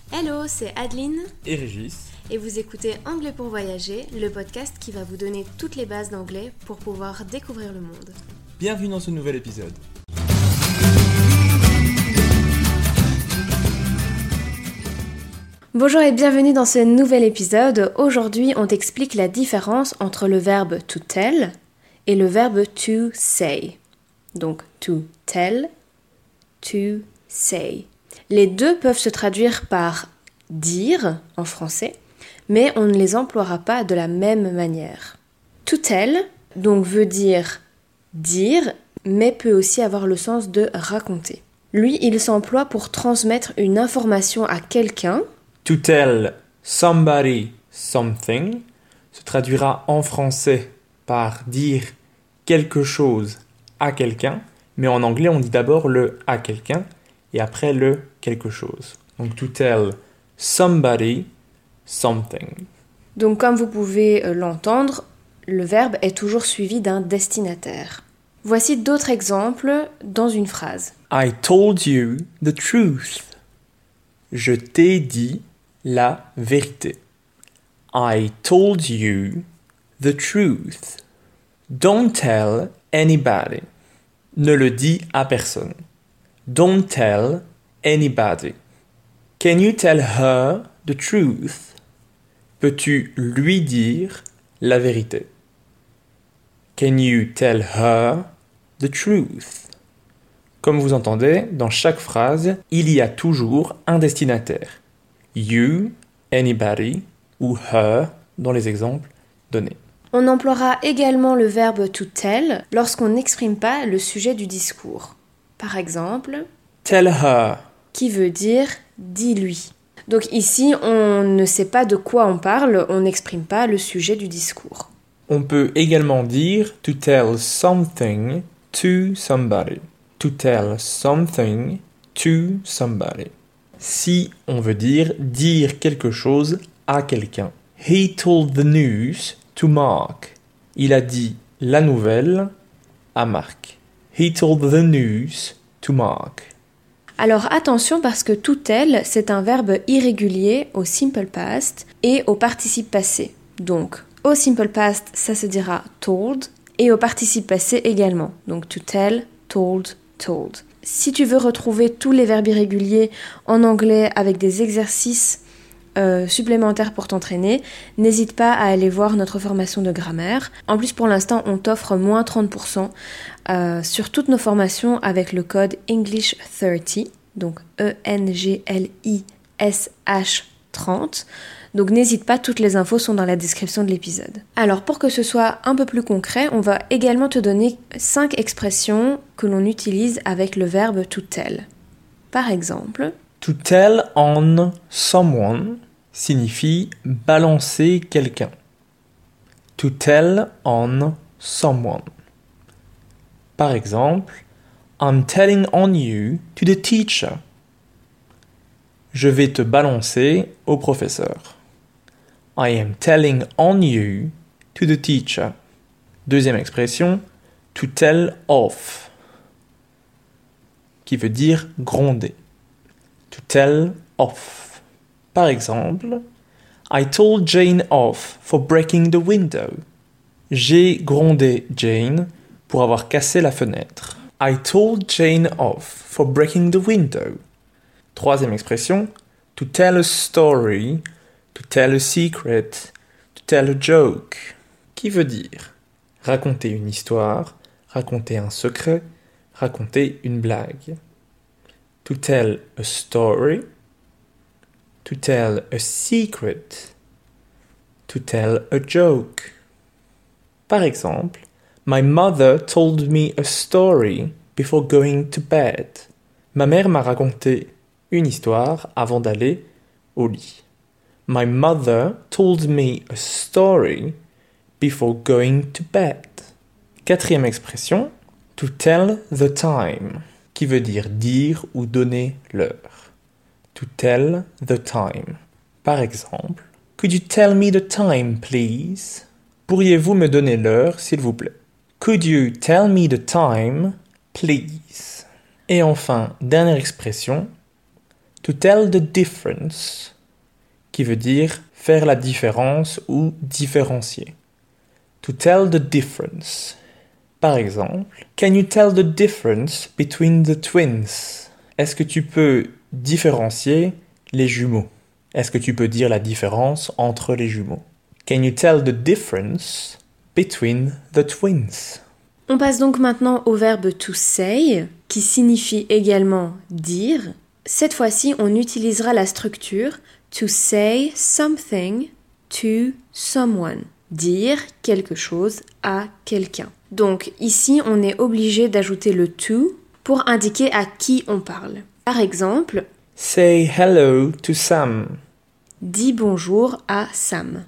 Hello, c'est Adeline et Régis. Et vous écoutez Anglais pour voyager, le podcast qui va vous donner toutes les bases d'anglais pour pouvoir découvrir le monde. Bienvenue dans ce nouvel épisode. Bonjour et bienvenue dans ce nouvel épisode. Aujourd'hui, on t'explique la différence entre le verbe to tell et le verbe to say. Donc, to tell, to say. Les deux peuvent se traduire par dire en français, mais on ne les emploiera pas de la même manière. To tell, donc veut dire dire, mais peut aussi avoir le sens de raconter. Lui, il s'emploie pour transmettre une information à quelqu'un. To tell somebody something se traduira en français par dire quelque chose à quelqu'un, mais en anglais on dit d'abord le à quelqu'un et après le quelque chose. Donc to tell somebody something. Donc comme vous pouvez l'entendre, le verbe est toujours suivi d'un destinataire. Voici d'autres exemples dans une phrase. I told you the truth. Je t'ai dit la vérité. I told you the truth. Don't tell anybody. Ne le dis à personne. Don't tell anybody. Can you tell her the truth? Peux-tu lui dire la vérité? Can you tell her the truth? Comme vous entendez, dans chaque phrase, il y a toujours un destinataire. You, anybody ou her dans les exemples donnés. On emploiera également le verbe to tell lorsqu'on n'exprime pas le sujet du discours. Par exemple, tell her, qui veut dire dis-lui. Donc ici, on ne sait pas de quoi on parle, on n'exprime pas le sujet du discours. On peut également dire to tell something to somebody. To tell something to somebody. Si on veut dire quelque chose à quelqu'un. He told the news to Mark. Il a dit la nouvelle à Marc. He told the news to Mark. Alors attention parce que to tell, c'est un verbe irrégulier au simple past et au participe passé. Donc au simple past, ça se dira told et au participe passé également. Donc to tell, told, told. Si tu veux retrouver tous les verbes irréguliers en anglais avec des exercices supplémentaires pour t'entraîner, n'hésite pas à aller voir notre formation de grammaire. En plus, pour l'instant, on t'offre moins 30% sur toutes nos formations avec le code English30, donc ENGLISH 30. Donc n'hésite pas, toutes les infos sont dans la description de l'épisode. Alors pour que ce soit un peu plus concret, on va également te donner 5 expressions que l'on utilise avec le verbe to tell. Par exemple, to tell on someone signifie balancer quelqu'un. To tell on someone. Par exemple, I'm telling on you to the teacher. Je vais te balancer au professeur. I am telling on you to the teacher. Deuxième expression, to tell off, qui veut dire gronder. To tell off. Par exemple, I told Jane off for breaking the window. J'ai grondé Jane pour avoir cassé la fenêtre. I told Jane off for breaking the window. Troisième expression, to tell a story, to tell a secret, to tell a joke, qui veut dire raconter une histoire, raconter un secret, raconter une blague. To tell a story, to tell a secret, to tell a joke. Par exemple, my mother told me a story before going to bed. Ma mère m'a raconté une histoire avant d'aller au lit. My mother told me a story before going to bed. Quatrième expression, to tell the time, qui veut dire ou donner l'heure. To tell the time. Par exemple, could you tell me the time, please? Pourriez-vous me donner l'heure, s'il vous plaît? Could you tell me the time, please? Et enfin, dernière expression, to To tell the difference, qui veut dire faire la différence ou différencier. To tell the difference. Par exemple, can you tell the difference between the twins? Est-ce que tu peux différencier les jumeaux? Est-ce que tu peux dire la différence entre les jumeaux? Can you tell the difference between the twins? On passe donc maintenant au verbe to say, qui signifie également dire. Cette fois-ci, on utilisera la structure to say something to someone. Dire quelque chose à quelqu'un. Donc ici, on est obligé d'ajouter le to pour indiquer à qui on parle. Par exemple, say hello to Sam. Dis bonjour à Sam.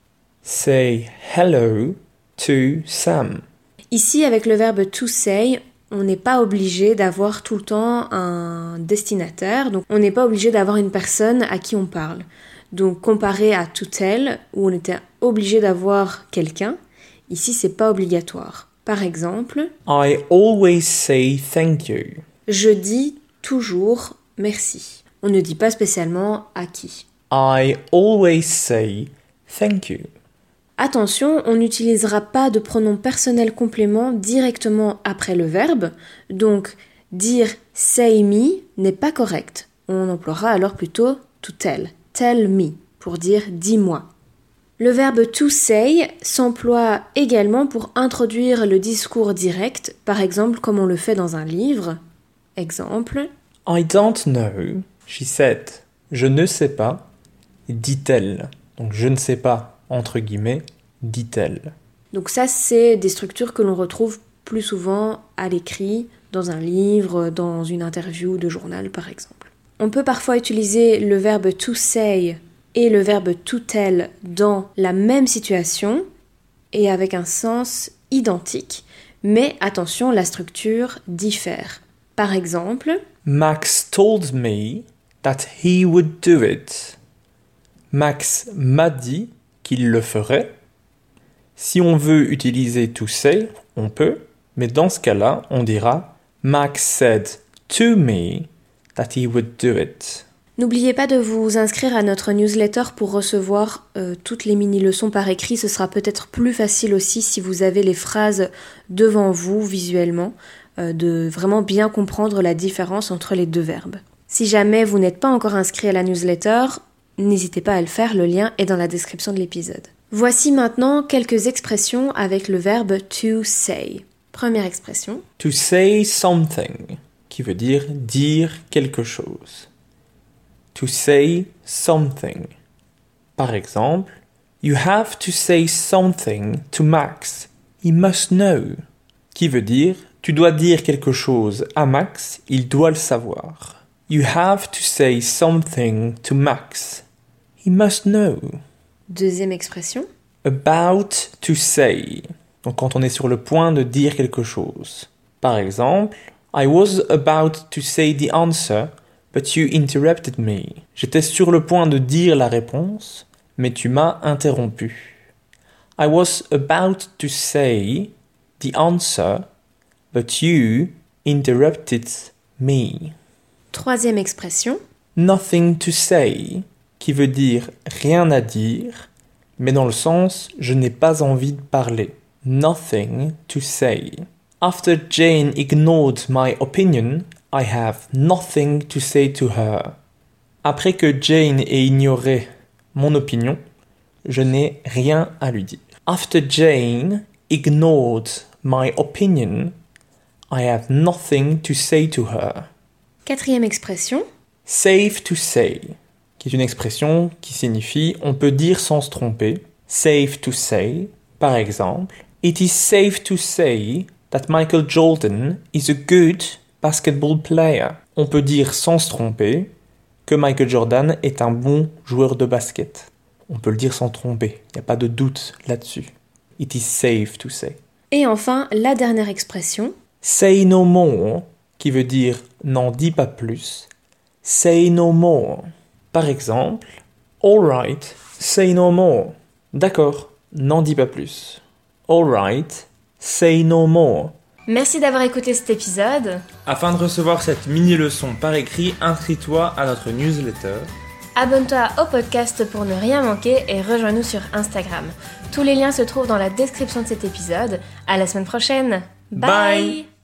Say hello to Sam. Ici, avec le verbe to say, on n'est pas obligé d'avoir tout le temps un destinataire, donc on n'est pas obligé d'avoir une personne à qui on parle. Donc comparé à to tell, où on était obligé d'avoir quelqu'un, ici c'est pas obligatoire. Par exemple, I always say thank you. Je dis toujours merci. On ne dit pas spécialement à qui. I always say thank you. Attention, on n'utilisera pas de pronom personnel complément directement après le verbe, donc dire say me n'est pas correct. On emploiera alors plutôt to tell. Tell me, pour dire dis-moi. Le verbe to say s'emploie également pour introduire le discours direct, par exemple comme on le fait dans un livre. Exemple. I don't know, she said. Je ne sais pas, dit-elle. Donc je ne sais pas, entre guillemets, dit-elle. Donc ça, c'est des structures que l'on retrouve plus souvent à l'écrit, dans un livre, dans une interview de journal par exemple. On peut parfois utiliser le verbe to say et le verbe to tell dans la même situation et avec un sens identique, mais attention, la structure diffère. Par exemple, Max told me that he would do it. Max m'a dit qu'il le ferait. Si on veut utiliser to say, on peut, mais dans ce cas-là, on dira Max said to me that he would do it. N'oubliez pas de vous inscrire à notre newsletter pour recevoir toutes les mini-leçons par écrit. Ce sera peut-être plus facile aussi si vous avez les phrases devant vous visuellement, de vraiment bien comprendre la différence entre les deux verbes. Si jamais vous n'êtes pas encore inscrit à la newsletter, n'hésitez pas à le faire, le lien est dans la description de l'épisode. Voici maintenant quelques expressions avec le verbe to say. Première expression. To say something, qui veut dire quelque chose. To say something. Par exemple, you have to say something to Max. He must know. Qui veut dire tu dois dire quelque chose à Max, il doit le savoir. You have to say something to Max. He must know. Deuxième expression. About to say. Donc quand on est sur le point de dire quelque chose. Par exemple, I was about to say the answer, but you interrupted me. J'étais sur le point de dire la réponse, mais tu m'as interrompu. I was about to say the answer, but you interrupted me. Troisième expression. Nothing to say, qui veut dire rien à dire, mais dans le sens je n'ai pas envie de parler. Nothing to say. After Jane ignored my opinion, I have nothing to say to her. Après que Jane ait ignoré mon opinion, je n'ai rien à lui dire. After Jane ignored my opinion, I have nothing to say to her. Quatrième expression. Safe to say, qui est une expression qui signifie on peut dire sans se tromper. Safe to say, par exemple, It is safe to say that Michael Jordan is a good basketball player. On peut dire sans se tromper que Michael Jordan est un bon joueur de basket. On peut le dire sans tromper, il n'y a pas de doute là-dessus. It is safe to say. Et enfin, la dernière expression. Say no more, qui veut dire n'en dis pas plus. Say no more. Par exemple, all right, say no more. D'accord, n'en dis pas plus. All right, say no more. Merci d'avoir écouté cet épisode. Afin de recevoir cette mini-leçon par écrit, inscris-toi à notre newsletter. Abonne-toi au podcast pour ne rien manquer et rejoins-nous sur Instagram. Tous les liens se trouvent dans la description de cet épisode. À la semaine prochaine. Bye.